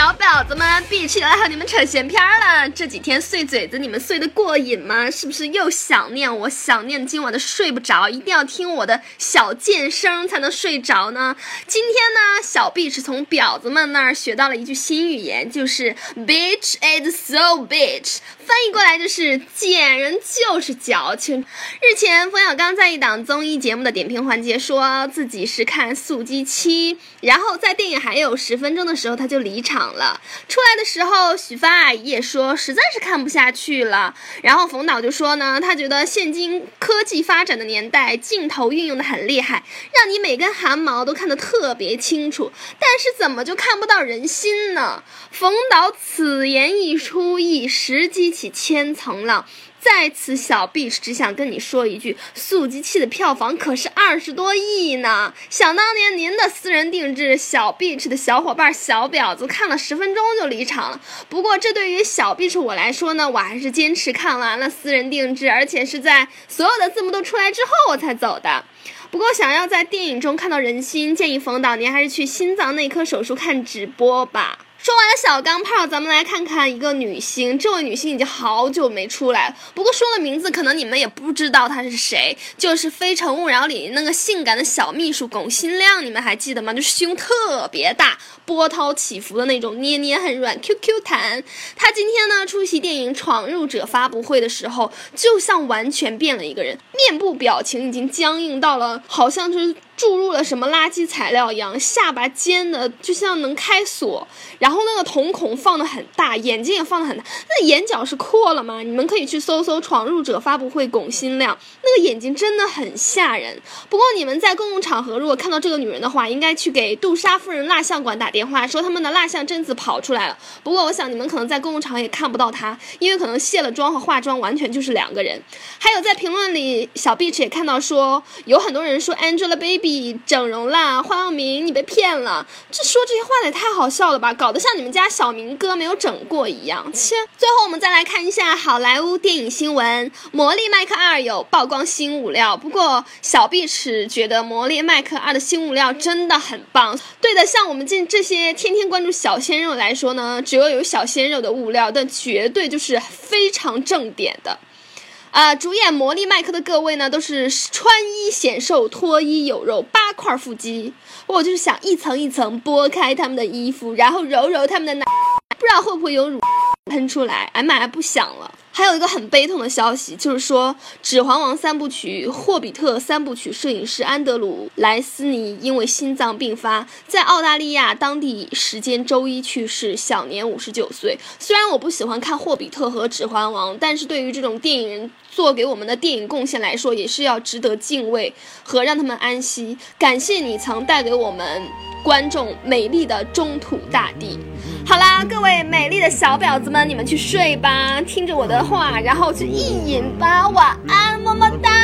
小婊子们，必须来和你们扯闲篇了。这几天碎嘴子，你们碎得过瘾吗？是不是又想念我，想念今晚的睡不着，一定要听我的小贱声才能睡着呢？今天呢，小 B 是从婊子们那儿学到了一句新语言，就是 bitch is so bitch， 翻译过来就是贱人就是矫情。日前，冯小刚在一档综艺节目的点评环节说自己是看《速激7》，然后在电影还有10分钟的时候他就离场了。出来的时候，许帆阿姨也说实在是看不下去了。然后冯导就说呢，他觉得现今科技发展的年代，镜头运用的很厉害，让你每根汗毛都看得特别清楚，但是怎么就看不到人心呢？冯导此言一出，一时激起千层浪。在此小 B 只想跟你说一句，速激7的票房可是20多亿呢。想当年您的私人定制小 B 的小伙伴小婊子看了10分钟就离场了。不过这对于小 B 我来说呢，我还是坚持看完了私人定制，而且是在所有的字幕都出来之后我才走的。不过想要在电影中看到人心，建议冯导您还是去心脏内科手术看直播吧。说完了小钢炮，咱们来看看一个女星。这位女星已经好久没出来了，不过说了名字可能你们也不知道她是谁，就是《非诚勿扰》里那个性感的小秘书龚新亮，你们还记得吗？就是胸特别大，波涛起伏的那种，捏捏很软 QQ 弹。她今天呢出席电影《闯入者》发布会的时候，就像完全变了一个人，面部表情已经僵硬到了好像就是注入了什么垃圾材料一样，下巴尖的就像能开锁，然后那个瞳孔放得很大，眼睛也放得很大，那眼角是扩了吗？你们可以去搜搜闯入者发布会龚新亮，那个眼睛真的很吓人。不过你们在公共场合如果看到这个女人的话，应该去给杜莎夫人蜡像馆打电话，说他们的蜡像贞子跑出来了。不过我想你们可能在公共场合也看不到她，因为可能卸了妆和化妆完全就是2个人。还有在评论里，小 Beach 也看到说，有很多人说 Angelababy整容啦，黄晓明你被骗了，说这些话也太好笑了吧，搞得像你们家小明哥没有整过一样。切！最后我们再来看一下好莱坞电影新闻，魔力麦克2有曝光新物料，不过小 B 只觉得魔力麦克2的新物料真的很棒。对的，像我们这些天天关注小鲜肉来说呢，只要有小鲜肉的物料，但绝对就是非常正点的。主演魔力麦克的各位呢，都是穿衣显瘦，脱衣有肉，8块腹肌。我就是想一层一层剥开他们的衣服，然后揉揉他们的奶，不知道会不会有乳喷出来。哎妈呀，不想了。还有一个很悲痛的消息，就是说《指环王》3部曲、《霍比特》3部曲摄影师安德鲁·莱斯尼因为心脏病发，在澳大利亚当地时间周一去世，享年59岁。虽然我不喜欢看《霍比特》和《指环王》，但是对于这种电影人做给我们的电影贡献来说，也是要值得敬畏和让他们安息。感谢你曾带给我们观众美丽的中土大地。好啦，各位美丽的小婊子们，你们去睡吧，听着我的话，然后去意淫吧，晚安，么么哒。